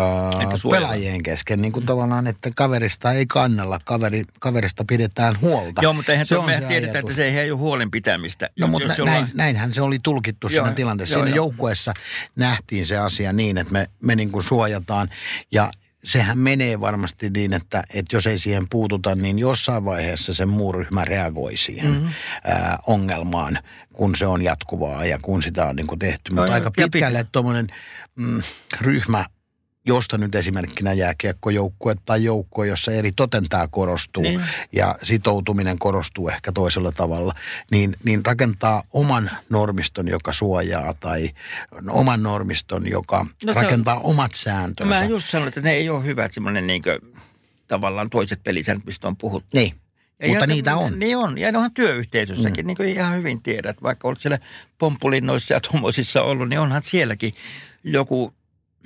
Öö, pelaajien kesken, niin kuin tavallaan, että kaverista ei kannella, kaveri, kaverista pidetään huolta. Joo, mutta eihän se me tiedetään, että se ei ole huolen pitämistä. No, mutta nä, näin, näinhän se oli tulkittu joo, siinä tilanteessa. Joo, siinä joo. joukkueessa nähtiin se asia niin, että me, me niin kuin suojataan ja sehän menee varmasti niin, että, että jos ei siihen puututa, niin jossain vaiheessa se muu ryhmä reagoi siihen mm-hmm. ää, ongelmaan, kun se on jatkuvaa ja kun sitä on niin kuin tehty. No, mutta aika pitkälle tuommoinen mm, ryhmä, josta nyt esimerkkinä jääkiekkojoukkue tai joukkue, jossa eri toten tämä korostuu niin. ja sitoutuminen korostuu ehkä toisella tavalla, niin, niin rakentaa oman normiston, joka suojaa tai oman normiston, joka no, rakentaa on, omat sääntönsä. Mä just sanoin, että ne ei ole hyvät semmoinen niin kuin, tavallaan toiset pelisäännöt, mistä on puhuttu. Niin. Ja mutta ihan, niitä on. Niin on. Ja ne onhan työyhteisössäkin, mm. niin kuin ihan hyvin tiedät. Vaikka olet siellä pomppulinnoissa ja tuommoisissa ollut, niin onhan sielläkin joku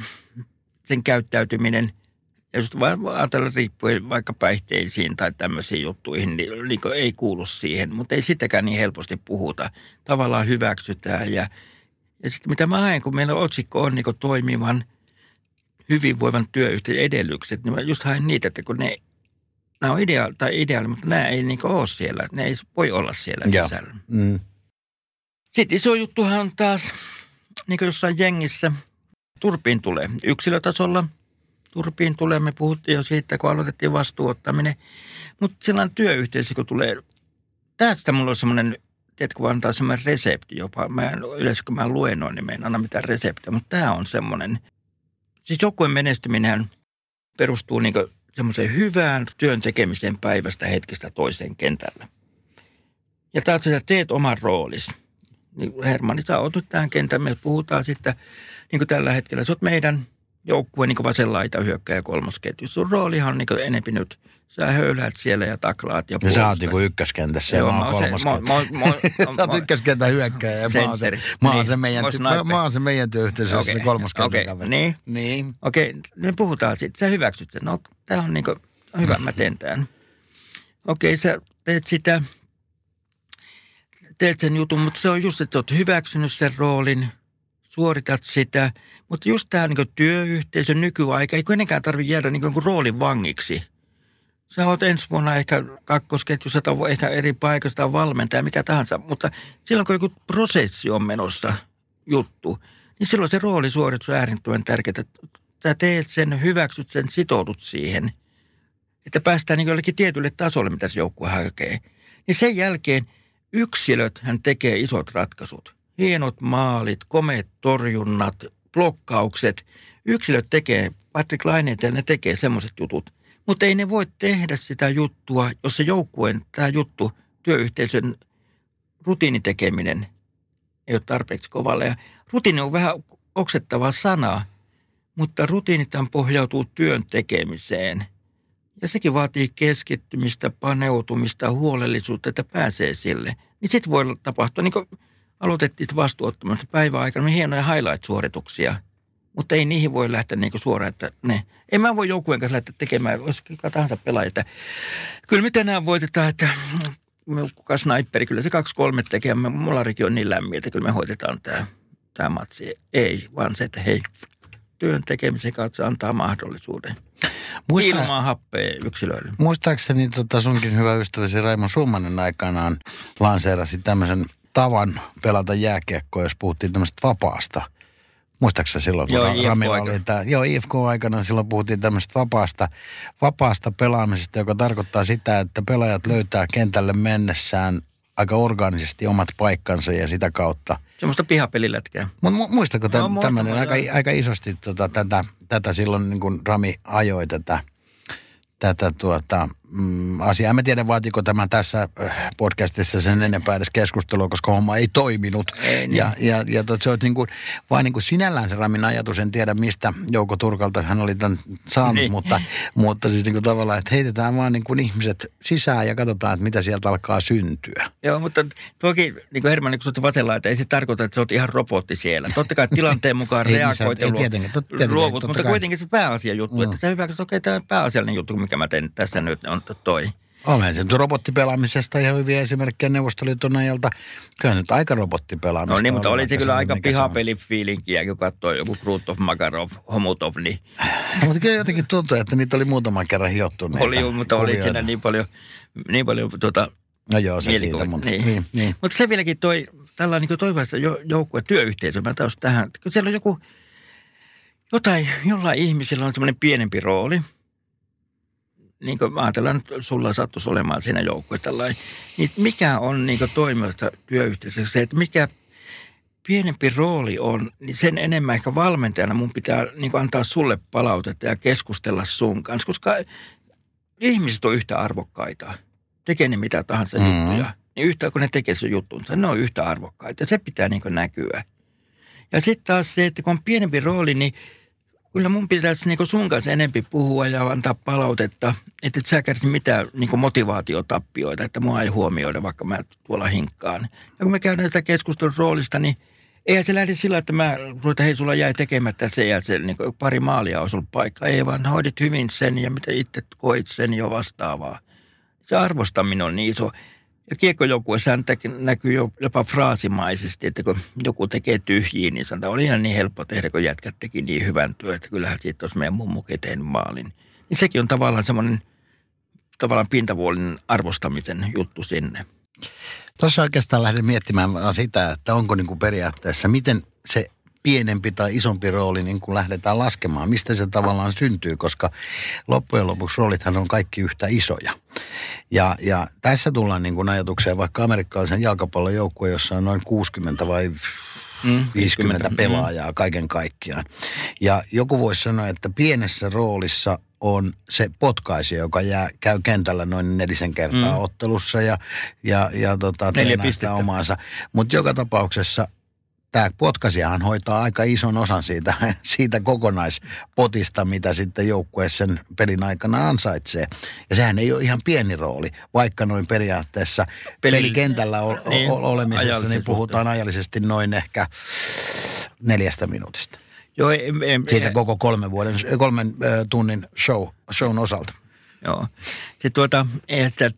sen käyttäytyminen, ja just ajatella riippuen vaikka päihteisiin tai tämmöisiin juttuihin, niin, niin ei kuulu siihen, mutta ei sitäkään niin helposti puhuta. Tavallaan hyväksytään ja, ja sitten mitä mä haen, kun meillä otsikko on niin toimivan, hyvinvoivan työyhteisön edellytykset, niin mä just haen niitä, että kun ne, nämä on ideaali, tai ideaali, mutta nämä ei niin ole siellä, ne ei voi olla siellä sisällä. Mm. Sitten iso juttuhan on taas, niin kuin jossain jengissä, turpiin tulee. Yksilötasolla turpiin tulee. Me puhuttiin jo siitä, kun aloitettiin vastuuttaminen. Mutta sellainen työyhteisö, kun tulee. Tästä mulla on semmoinen, tiedätkö, kun antaa semmoinen resepti jopa. Mä en, yleensä kun mä luennoin, niin mä en anna mitään reseptiä. Mutta tämä on semmoinen. Siis joukkueen menestyminen perustuu niin semmoiseen hyvään työn tekemiseen päivästä hetkestä toiseen kentällä. Ja taas sä teet oman roolis. Niin Hermanni, sä oot nyt tähän kentälle. Me puhutaan sitten niin kuin tällä hetkellä. Sä oot meidän joukkueen niin vasen laita hyökkäjä kolmosketju. Sun roolihan on niin enempi nyt. Sä höyläät siellä ja taklaat ja puolustat. Ja sä oot niin ykköskentässä ja mä oon kolmoskenttä. Sä oot ykköskenttä hyökkäjä ja mä oon se, mä oon se meidän, mä oon se meidän työyhteisössä okay. se kolmoskenttä kaveri. Niin. niin. Okei, okay. me puhutaan siitä. Sä hyväksyt sen. No, tää on niin kuin, hyvä, mä teen tämän. Okei, okay, sä teet sitä, teet sen jutun, mutta se on just, että sä oot hyväksynyt sen roolin. Suoritat sitä, mutta just tämä niin työyhteisön nykyaika, ei kenenkään tarvitse jäädä niin kuin roolin vangiksi. Sä oot ensi vuonna ehkä kakkosketjussa tai ehkä eri paikassa tai valmentaja, mikä tahansa. Mutta silloin kun joku prosessi on menossa juttu, niin silloin se roolisuoritus on äärettömän tärkeää. Sä teet sen, hyväksyt sen, sitoudut siihen, että päästään niin jollekin tietylle tasolle, mitä se joukkue hakee. Niin sen jälkeen yksilöt hän tekee isot ratkaisut. Hienot maalit, komeat torjunnat, blokkaukset. Yksilöt tekee, Patrick Laineet ja ne tekee semmoiset jutut. Mutta ei ne voi tehdä sitä juttua, jos se joukkueen, tämä juttu, työyhteisön rutiinitekeminen ei ole tarpeeksi kovalla. Ja rutiini on vähän oksettava sana, mutta rutiinithan pohjautuu työn tekemiseen. Ja sekin vaatii keskittymistä, paneutumista, huolellisuutta, että pääsee sille. Niin sitten voi tapahtua, niin kuin aloitettiin vastuuttamassa päiväaikana, niin hienoja highlight-suorituksia. Mutta ei niihin voi lähteä niin suoraan, että ne... En mä voi joukkueen kanssa lähteä tekemään, jos kuka tahansa pelaaja. Kyllä me tänään voitetaan, että kuka sniperi, kyllä se kaksi kolme tekee. Molarikin on niin lämmin, että kyllä me hoitetaan tämä, tämä matsi. Ei, vaan se, että hei, työn tekemisen kautta antaa mahdollisuuden. Muista, ilman happea yksilöille. Muistaakseni tota sunkin hyvä ystäväsi Raimo Summanen aikanaan lanseerasi tämmöisen tavan pelata jääkiekkoa, jos puhuttiin tämmöistä vapaasta. Muistaakseni silloin, kun joo, Ramilla oli tämä, joo, I F K-aikana silloin puhuttiin tämmöistä vapaasta, vapaasta pelaamisesta, joka tarkoittaa sitä, että pelaajat löytää kentälle mennessään aika orgaanisesti omat paikkansa ja sitä kautta. Semmoista pihapelilätkää. Mutta muistako tämän, no, tämmöinen aika, aika isosti tota, tätä, tätä silloin, niin kuin Rami ajoi tätä, tätä tuota, mm, asiaa. En tiedä, vaatiko tämä tässä podcastissa sen enempää edes keskustelua, koska homma ei toiminut. Ei, niin. Ja, ja, ja tot, se on niin kuin, vain niin kuin sinällään se Ramin ajatus, en tiedä mistä Jouko Turkalta hän oli tämän saanut, niin. mutta, mutta siis niin kuin tavallaan, että heitetään vaan niin kuin ihmiset sisään ja katsotaan, että mitä sieltä alkaa syntyä. Joo, mutta toki niin kuin Hermanni, kun sä oot vasella, että ei se tarkoita, että sä oot ihan robotti siellä. Totta kai tilanteen mukaan reagoit ja luovut, mutta kai. Kuitenkin se pääasia juttu, mm. että sä hyväksyt, okei, tämä on pääasiallinen juttu, mikä mä teen tässä nyt on toi. Olen sen robottipelaamisesta ihan hyviä esimerkkejä Neuvostoliiton ajalta. Kyllä nyt aika robottipelaamista. No niin, mutta oli se kyllä aika pihapelifiilinkiä, kun katsoi joku Krutov, Makarov, Homutov. Niin. No, mutta kyllä jotenkin tuntuu, että niitä oli muutaman kerran hiottu. Oli jo, mutta oli siinä niin paljon, niin paljon tuota, no joo, se siitä, mutta niin. Niin, niin. Mutta se vieläkin toi, tällainen niin toivoista joukkue työyhteisö, mä taas tähän, kun siellä on joku, jotain, jollain ihmisillä on semmoinen pienempi rooli. Niin kuin ajatellaan, että sulla sattuisi olemaan siinä joukkue tällainen, niin mikä on niin toimivasta työyhteisössä se, että mikä pienempi rooli on, niin sen enemmän ehkä valmentajana mun pitää niin antaa sulle palautetta ja keskustella sun kanssa, koska ihmiset on yhtä arvokkaita, tekee ne mitä tahansa mm-hmm. juttuja, niin yhtä kun ne tekee sen juttunsa, ne on yhtä arvokkaita ja se pitää niin näkyä. Ja sitten taas se, että kun on pienempi rooli, niin kyllä mun pitäisi niin sun kanssa enempi puhua ja antaa palautetta, että et sä kärsit mitään niin motivaatiotappioita, että mua ei huomioida, vaikka mä tuolla hinkkaan. Ja kun me käydään sitä keskustelun roolista, niin eihän se lähde sillä, että mä että hei, sulla jäi tekemättä se ja se, niin pari maalia olisi ollut paikka. Ei vaan hoidit hyvin sen ja mitä itse koit sen jo vastaavaa. Se arvostaminen on niin iso. Ja kiekkojoukkueessahan näkyy jopa fraasimaisesti, että kun joku tekee tyhjiä, niin sanotaan, oli ihan niin helppo tehdä, kun jätkät teki niin hyvän työn, että kyllähän siitä olisi meidän mummukin tehnyt maalin. Niin sekin on tavallaan semmoinen tavallaan pintavuolinen arvostamisen juttu sinne. Tuossa oikeastaan lähden miettimään sitä, että onko niin kuin periaatteessa, miten se pienempi tai isompi rooli niin kuin lähdetään laskemaan, mistä se tavallaan syntyy, koska loppujen lopuksi roolithan on kaikki yhtä isoja. Ja, ja tässä tullaan niin kuin ajatukseen vaikka amerikkalaisen jalkapallon joukkue, jossa on noin kuusikymmentä vai mm, viisikymmentä pelaajaa kaiken kaikkiaan. Ja joku voisi sanoa, että pienessä roolissa on se potkaisija, joka jää, käy kentällä noin nelisen kertaa mm. ottelussa ja, ja, ja tota, treenaa sitä omaansa. Mutta joka tapauksessa tämä potkaisijahan hoitaa aika ison osan siitä, siitä kokonaispotista, mitä sitten joukkue sen pelin aikana ansaitsee. Ja sehän ei ole ihan pieni rooli, vaikka noin periaatteessa Peli, pelikentällä o- niin, olemisessa, niin puhutaan suhteen. Ajallisesti noin ehkä neljästä minuutista. Joo, em, em, siitä koko kolmen, vuoden, kolmen äh, tunnin show, shown osalta. Joo. Se tuota, eihän sitä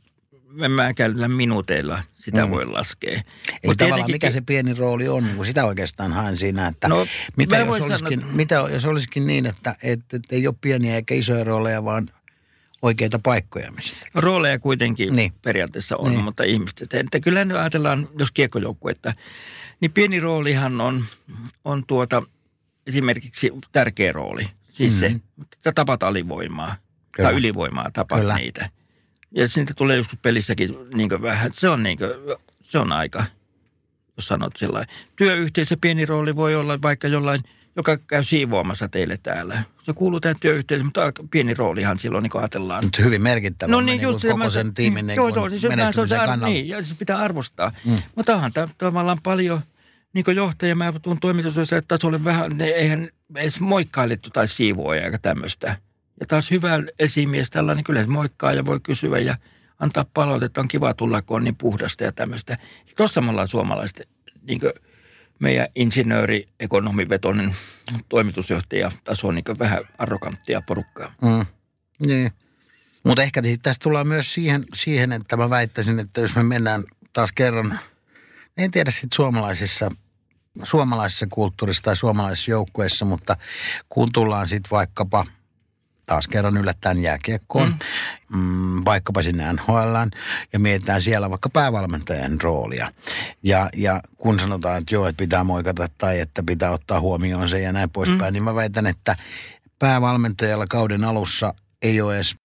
mä käydään minuuteilla, sitä mm. voi laskea. Eli tavallaan mikä se pieni rooli on, kun sitä oikeastaan haen siinä, että no, mitä, jos olisikin, sanoa, mitä jos olisikin niin, että et, et ei ole pieniä eikä isoja rooleja, vaan oikeita paikkoja, missä tekee. Rooleja kuitenkin niin. periaatteessa on, niin. mutta ihmiset. Että kyllä nyt ajatellaan, jos kiekkojoukkuetta, niin pieni roolihan on, on tuota esimerkiksi tärkeä rooli. Siis mm-hmm. se, että tapat alivoimaa kyllä. tai ylivoimaa, tapat kyllä. niitä. Ja siitä tulee joskus pelissäkin niin vähän, se on, niin kuin, se on aika, jos sanot sellainen. Työyhteisö pieni rooli voi olla vaikka jollain, joka käy siivoamassa teille täällä. Se kuuluu tähän työyhteisöön, mutta pieni roolihan silloin niin ajatellaan. Mutta hyvin merkittävä no niin, niin just, koko sen tiimin niin joo, joo, siis menestymisen kannalta. Niin, ja se pitää arvostaa. Mm. Mutta onhan tämä tavallaan paljon, niin kuin johtaja, mä tuun toimitusjohtajan tasolle vähän, ne eihän edes moikkailettu tai siivoja eikä tämmöistä. Ja taas hyvä esimies tällainen, niin kyllä se moikkaa ja voi kysyä ja antaa palautetta, on kiva tulla, kun on niin puhdasta ja tämmöistä. Tuossa me ollaan suomalaiset, niin kuin meidän insinööri, ekonomivetoinen toimitusjohtaja taso on niin vähän arroganttia porukkaa. Mm. Niin. Mutta ehkä tästä tullaan myös siihen, siihen, että mä väittäisin, että jos me mennään taas kerran, en tiedä sitten suomalaisissa, suomalaisessa kulttuurissa tai suomalaisissa joukkueissa, mutta kun tullaan sitten vaikkapa taas kerran yllättäen jääkiekkoon, mm. Mm, vaikkapa sinne N H L:ään ja mietitään siellä vaikka päävalmentajan roolia. Ja, ja kun sanotaan, että joo, että pitää moikata tai että pitää ottaa huomioon se ja näin poispäin, mm. niin mä väitän, että päävalmentajalla kauden alussa ei ole edes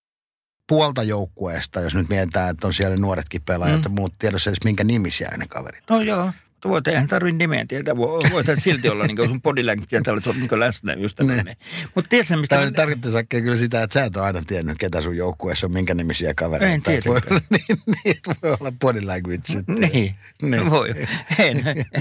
puolta joukkueesta, jos nyt mietitään, että on siellä nuoretkin pelaajat mm. ja muut tiedossa edes minkä nimisiä ne kaverit. No joo. Voit, eihän tarvitse nimeä tietää. Voit silti olla niin sun body language ja tällaiset on niin läsnä just tämmöinen. Mutta tiedätkö mistä... Tämä tarkoittaa Sakke kyllä sitä, että sä et ole aina tiennyt, ketä sun joukkueessa on, minkä nimisiä kavereita. En tietenkään. Voi, niin, niin, voi olla body language sitten. Niin, niin. voi. En.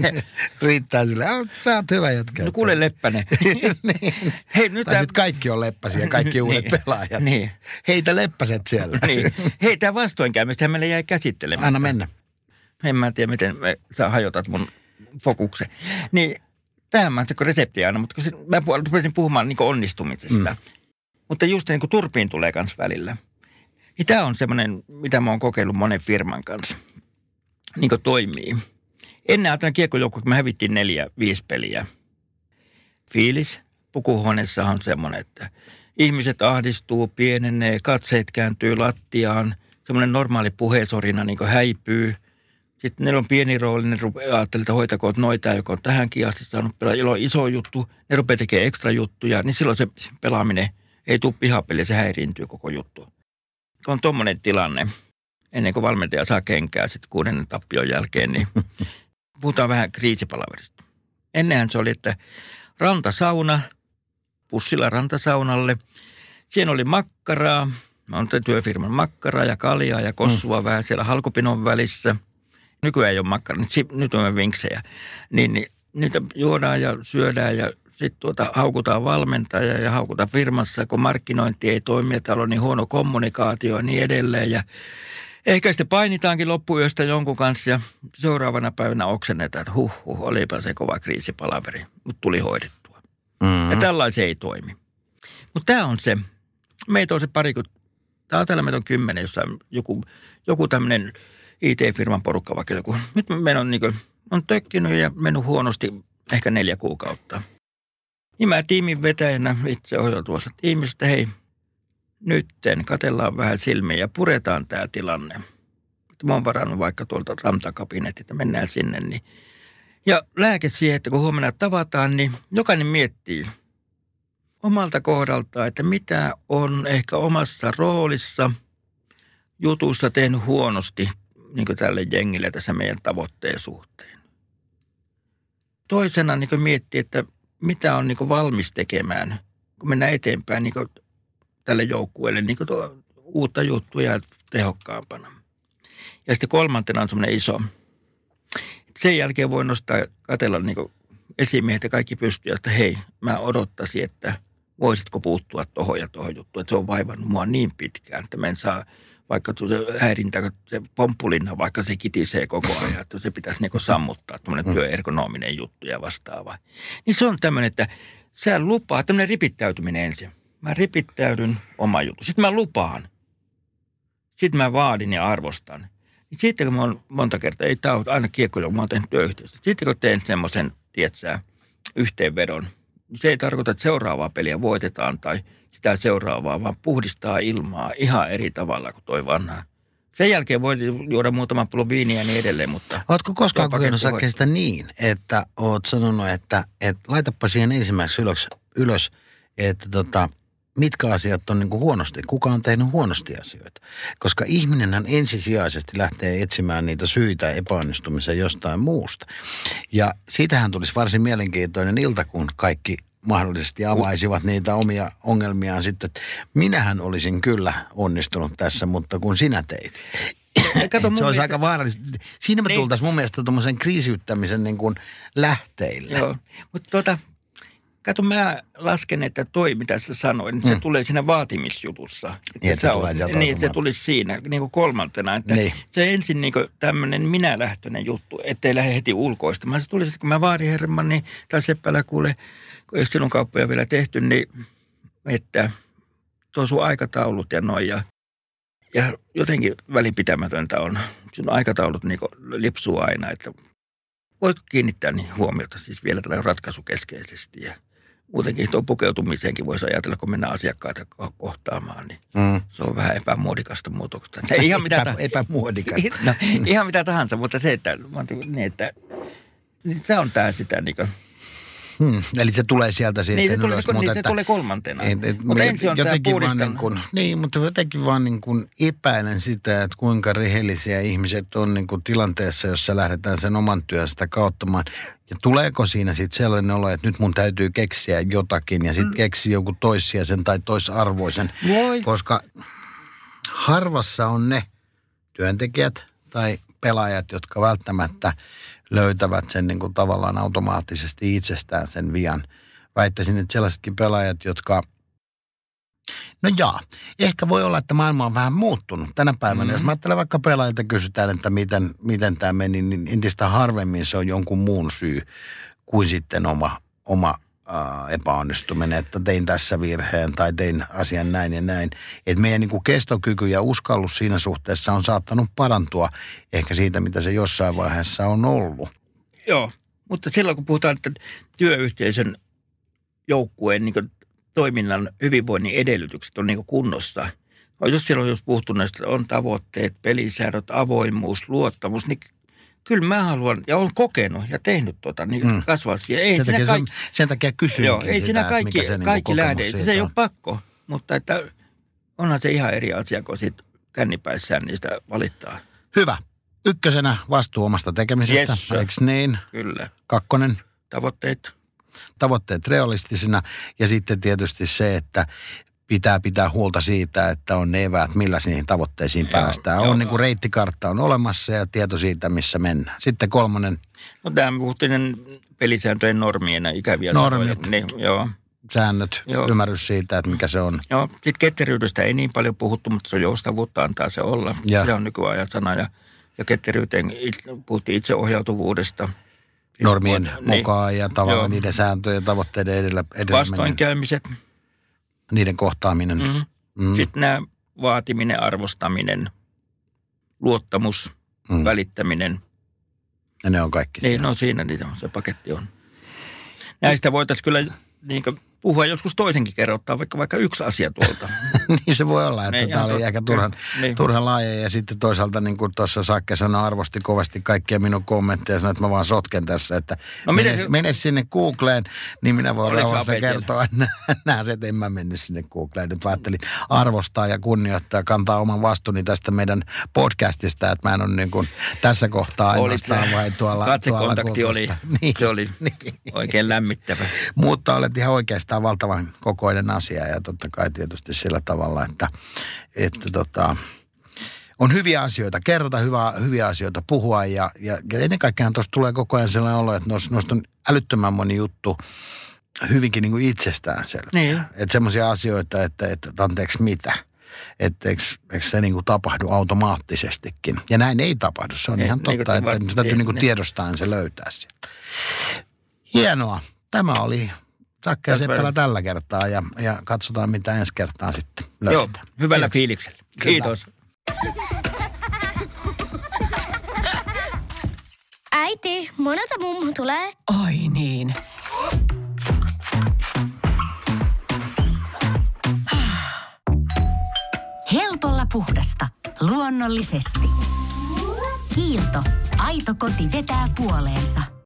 Riittää sille, sä oot hyvä jätkä. No kuule Leppänen. niin. Hei, nyt tai tämän... sitten kaikki on leppäsiä, kaikki uudet niin. pelaajat. Niin. Heitä leppäset siellä. niin. Hei, tämä vastoinkäymistä meille jäi käsittelemään. Anna mennä. En mä tiedä, miten me, sä hajotat mun fokuksen. Niin, tähän mä oon reseptiä aina, mutta kun se, mä rupesin puhumaan niin onnistumisesta. Mm. Mutta just niin kuin turpiin tulee kans välillä. Ja tämä on semmoinen, mitä mä oon kokeillut monen firman kanssa. Niin kuin toimii. Ennen ajattelin kiekkojoukkoa, kun me hävittiin neljä, viisi peliä. Fiilis pukuhuoneessa on semmoinen, että ihmiset ahdistuu, pienenee, katseet kääntyy lattiaan. Semmoinen normaali puheesorina niin kuin häipyy. Sitten ne on pieni rooli, ne ajattelee, että hoitakoot noita, joka on tähänkin asti saanut pelaa. Jolla on iso juttu, ne rupeaa tekemään ekstra juttuja, niin silloin se pelaaminen ei tule pihapeliin, se häiriintyy koko juttu. On tommoinen tilanne, ennen kuin valmentaja saa kenkää sitten kuudennen tappion jälkeen, niin puhutaan vähän kriisipalaverista. Ennenhän se oli, että rantasauna, pussilla rantasaunalle, siinä oli makkaraa, mä oon työfirman makkaraa ja kaljaa ja kossua mm. vähän siellä halkopinon välissä. Nykyään ei ole makkara, nyt on vinksejä. Niin, niin niitä juodaan ja syödään ja sitten tuota, haukutaan valmentajaa ja haukutaan firmassa, kun markkinointi ei toimi ja täällä on niin huono kommunikaatio ja niin edelleen. Ja ehkä sitten painitaankin loppuyöstä jonkun kanssa ja seuraavana päivänä oksennetaan, että huh, huh, olipa se kova kriisipalaveri, mutta tuli hoidettua. Mm-hmm. Ja tällaisen ei toimi. Mutta tämä on se, meitä on se pari, kun täällä meitä on kymmenen, jossa joku, joku tämmöinen I T-firman porukka vaikka joku. Nyt meidän on, niin kuin, on tökkinyt ja mennyt huonosti ehkä neljä kuukautta. Niin mä tiimin vetäjänä itse hoidan tuossa tiimistä, hei, nytten katellaan vähän silmiä ja puretaan tämä tilanne. Mä oon varannut vaikka tuolta rantakabinetti, että mennään sinne. Niin. Ja lääke siihen, että kun huomenna tavataan, niin jokainen miettii omalta kohdaltaan, että mitä on ehkä omassa roolissa jutussa tehnyt huonosti niin kuin tälle jengille tässä meidän tavoitteen suhteen. Toisena niin kuin miettii, että mitä on niin kuin valmis tekemään, kun mennään eteenpäin niin kuin tälle joukkueelle niin kuin tuo, uutta juttuja tehokkaampana. Ja sitten kolmantena on semmoinen iso. Sen jälkeen voi nostaa, katsella niin kuin esimiehet ja kaikki pystyy, että hei, mä odottaisin, että voisitko puuttua tohon ja tohon juttuun, että se on vaivannut mua niin pitkään, että mä en saa vaikka se häirintä, se pomppulinna, vaikka se kitisee koko ajan, että se pitäisi niin sammuttaa, tämmöinen työergonominen juttu ja vastaava. Niin se on tämmöinen, että sä lupaa, tämmöinen ripittäytyminen ensin. Mä ripittäydyn oma juttu. Sitten mä lupaan. Sitten mä vaadin ja arvostan. Niin sitten kun mä oon monta kertaa, ei tää ole aina kiekkoja, kun mä oon tehnyt työyhteistyötä. Sitten kun teen semmoisen, tietsää, yhteenvedon se ei tarkoita, että seuraavaa peliä voitetaan tai sitä seuraavaa, vaan puhdistaa ilmaa ihan eri tavalla kuin toi vanha. Sen jälkeen voi juoda muutaman pullon viiniä ja niin edelleen, mutta... Ootko koskaan kokenut Sakke sitä niin, että oot sanonut, että, että laitapa siihen ensimmäiseksi ylös, ylös että tota, mitkä asiat on niin kuin huonosti, kuka on tehnyt huonosti asioita. Koska ihminenhän ensisijaisesti lähtee etsimään niitä syitä epäonnistumiseen jostain muusta. Ja siitähän tulisi varsin mielenkiintoinen ilta, kun kaikki mahdollisesti avaisivat niitä omia ongelmiaan sitten. Minähän olisin kyllä onnistunut tässä, mutta kun sinä teit. Kato, se olisi mielestä... aika vaarallista. Siinä me niin. tultaisiin mun mielestä tuommoisen kriisiyttämisen niin kuin lähteille. Joo, mutta tuota, kato mä lasken, että toi mitä sä sanoit, niin se hmm. tulee siinä vaatimisjutussa. Niin, että se, on, niin, että se tulisi siinä niin kuin kolmantena. Että niin. Se ensin niin kuin tämmöinen minälähtöinen juttu, ettei lähde heti ulkoistamaan. Se tulisi, kun mä vaadin herman, niin, tai Seppälä kuule, kun ei sinun kauppoja vielä tehty, niin että tuo sun aikataulut ja noin. Ja, ja jotenkin välinpitämätöntä on. Sun aikataulut niin kuin lipsuu aina, että voit kiinnittää niin huomiota siis vielä tällainen ratkaisukeskeisesti. Ja muutenkin tuon pukeutumiseenkin voisi ajatella, kun mennään asiakkaita kohtaamaan, niin mm. se on vähän epämuodikasta muutoksesta. Se ihan mitä Epä, epämuodikasta. No, ihan mitä tahansa, mutta se, että, niin, että niin se on tämä sitä niin kuin, Hmm, eli se tulee sieltä sitten niin, se tulee, ylös. Niin, mutta se että, tulee kolmantena. Et, et, mutta ensin on tämä puhdistaminen. Niin, kuin, niin, mutta jotenkin vaan niin kuin epäilen sitä, että kuinka rehellisiä ihmiset on niin kuin tilanteessa, jossa lähdetään sen oman työn sitä kauttamaan. Ja tuleeko siinä sitten sellainen olo, että nyt mun täytyy keksiä jotakin ja sitten mm. keksiä jonkun toissijaisen tai toisarvoisen. Voi. Koska harvassa on ne työntekijät tai pelaajat, jotka välttämättä löytävät sen niin kuin tavallaan automaattisesti itsestään sen vian. Väittäisin, että sellaisetkin pelaajat, jotka... No jaa, ehkä voi olla, että maailma on vähän muuttunut. Tänä päivänä, mm-hmm. jos mä ajattelen vaikka pelaajilta kysytään, että miten, miten tämä meni, niin entistä harvemmin se on jonkun muun syy kuin sitten oma, oma äh, epäonnistuminen, että tein tässä virheen tai tein asian näin ja näin. Että meidän niin kuin kestokyky ja uskallus siinä suhteessa on saattanut parantua ehkä siitä, mitä se jossain vaiheessa on ollut. Joo, mutta silloin kun puhutaan, että työyhteisön joukkueen niin kuin toiminnan hyvinvoinnin edellytykset on niin kuin kunnossa. Jos siellä on just puhuttu näistä, on tavoitteet, pelisäädöt, avoimuus, luottamus, niin kyllä mä haluan, ja olen kokenut ja tehnyt tota, niin mm. kasvaa siihen. Ei sen, takia kaikki, on, sen takia kysynkin joo, ei sitä, siinä kaikki, mikä se kaikki niin lähde, se ei ole pakko, mutta että onhan se ihan eri asia, kun siitä kännipäissään niistä valittaa. Hyvä. Ykkösenä vastuu omasta tekemisestä, yes, eikö niin? Kyllä. Kakkonen? Tavoitteet. Tavoitteet realistisina ja sitten tietysti se, että pitää pitää huolta siitä, että on ne eväät, millä niihin tavoitteisiin joo, päästään. Joo. On niin kuin reittikartta on olemassa ja tieto siitä, missä mennään. Sitten kolmonen. No tämä puhuttiin pelisääntöjen normien ja ikäviä Normit, niin, joo. säännöt, joo. Ymmärrys siitä, että mikä se on. Joo, sitten ketteryydestä ei niin paljon puhuttu, mutta se on joustavuutta, antaa se olla. Ja. Se on nykyajan sana ja, ja ketteryyteen puhuttiin itseohjautuvuudesta. Normien niin, mukaan ja tavallaan joo. niiden sääntöjen ja tavoitteiden edellä, edellä vastoinkäymiset. Niiden kohtaaminen. Mm-hmm. Mm-hmm. Sitten nämä vaatiminen, arvostaminen, luottamus, mm. välittäminen. Ja ne on kaikki niin, no siinä niitä, se paketti on. Näistä voitaisiin kyllä niin kuin puhua joskus toisenkin kerran, ottaa vaikka, vaikka yksi asia tuolta. Niin se voi olla, että niin, tämä oli ehkä turhan, niin. turhan laaja. Ja sitten toisaalta, niin kuin tuossa Sakke sanoi, arvosti kovasti kaikkia minun kommentteja ja sanoi, että mä vaan sotken tässä. Että no, mene, se... mene sinne Googleen, niin minä voin rauhassa kertoa nämä se, että en mä mennyt sinne Googleen. Nyt ajattelin arvostaa ja kunnioittaa ja kantaa oman vastuuni tästä meidän podcastista, että mä en ole niin kuin tässä kohtaa ainoastaan vai tuolla katsekontakti oli, niin. Se oli niin. Oikein lämmittävä. Mutta olet ihan oikeastaan valtavan kokoinen asia ja totta kai tietysti sillä tavalla, että, että tota, on hyviä asioita, kerrota hyvä, hyviä asioita, puhua ja, ja, ja ennen kaikkea tuossa tulee koko ajan sellainen olo, että noista on älyttömän moni juttu hyvinkin niin kuin itsestäänselvä. Niin. Että semmoisia asioita, että, että anteeksi mitä, että eikö, eikö se niin kuin tapahdu automaattisestikin. Ja näin ei tapahdu, se on ei, ihan totta, niin, että se täytyy niin kuin tiedostaan se löytää sieltä. Hienoa, tämä oli... Sakke ja Seppälä tällä kertaa ja, ja katsotaan, mitä ensi kertaa sitten löydetään. Joo, hyvällä fiiliksellä. Kiitos. Äiti, monelta mummu tulee. Oi niin. puhdasta. Luonnollisesti. Kiilto. Aito koti vetää puoleensa.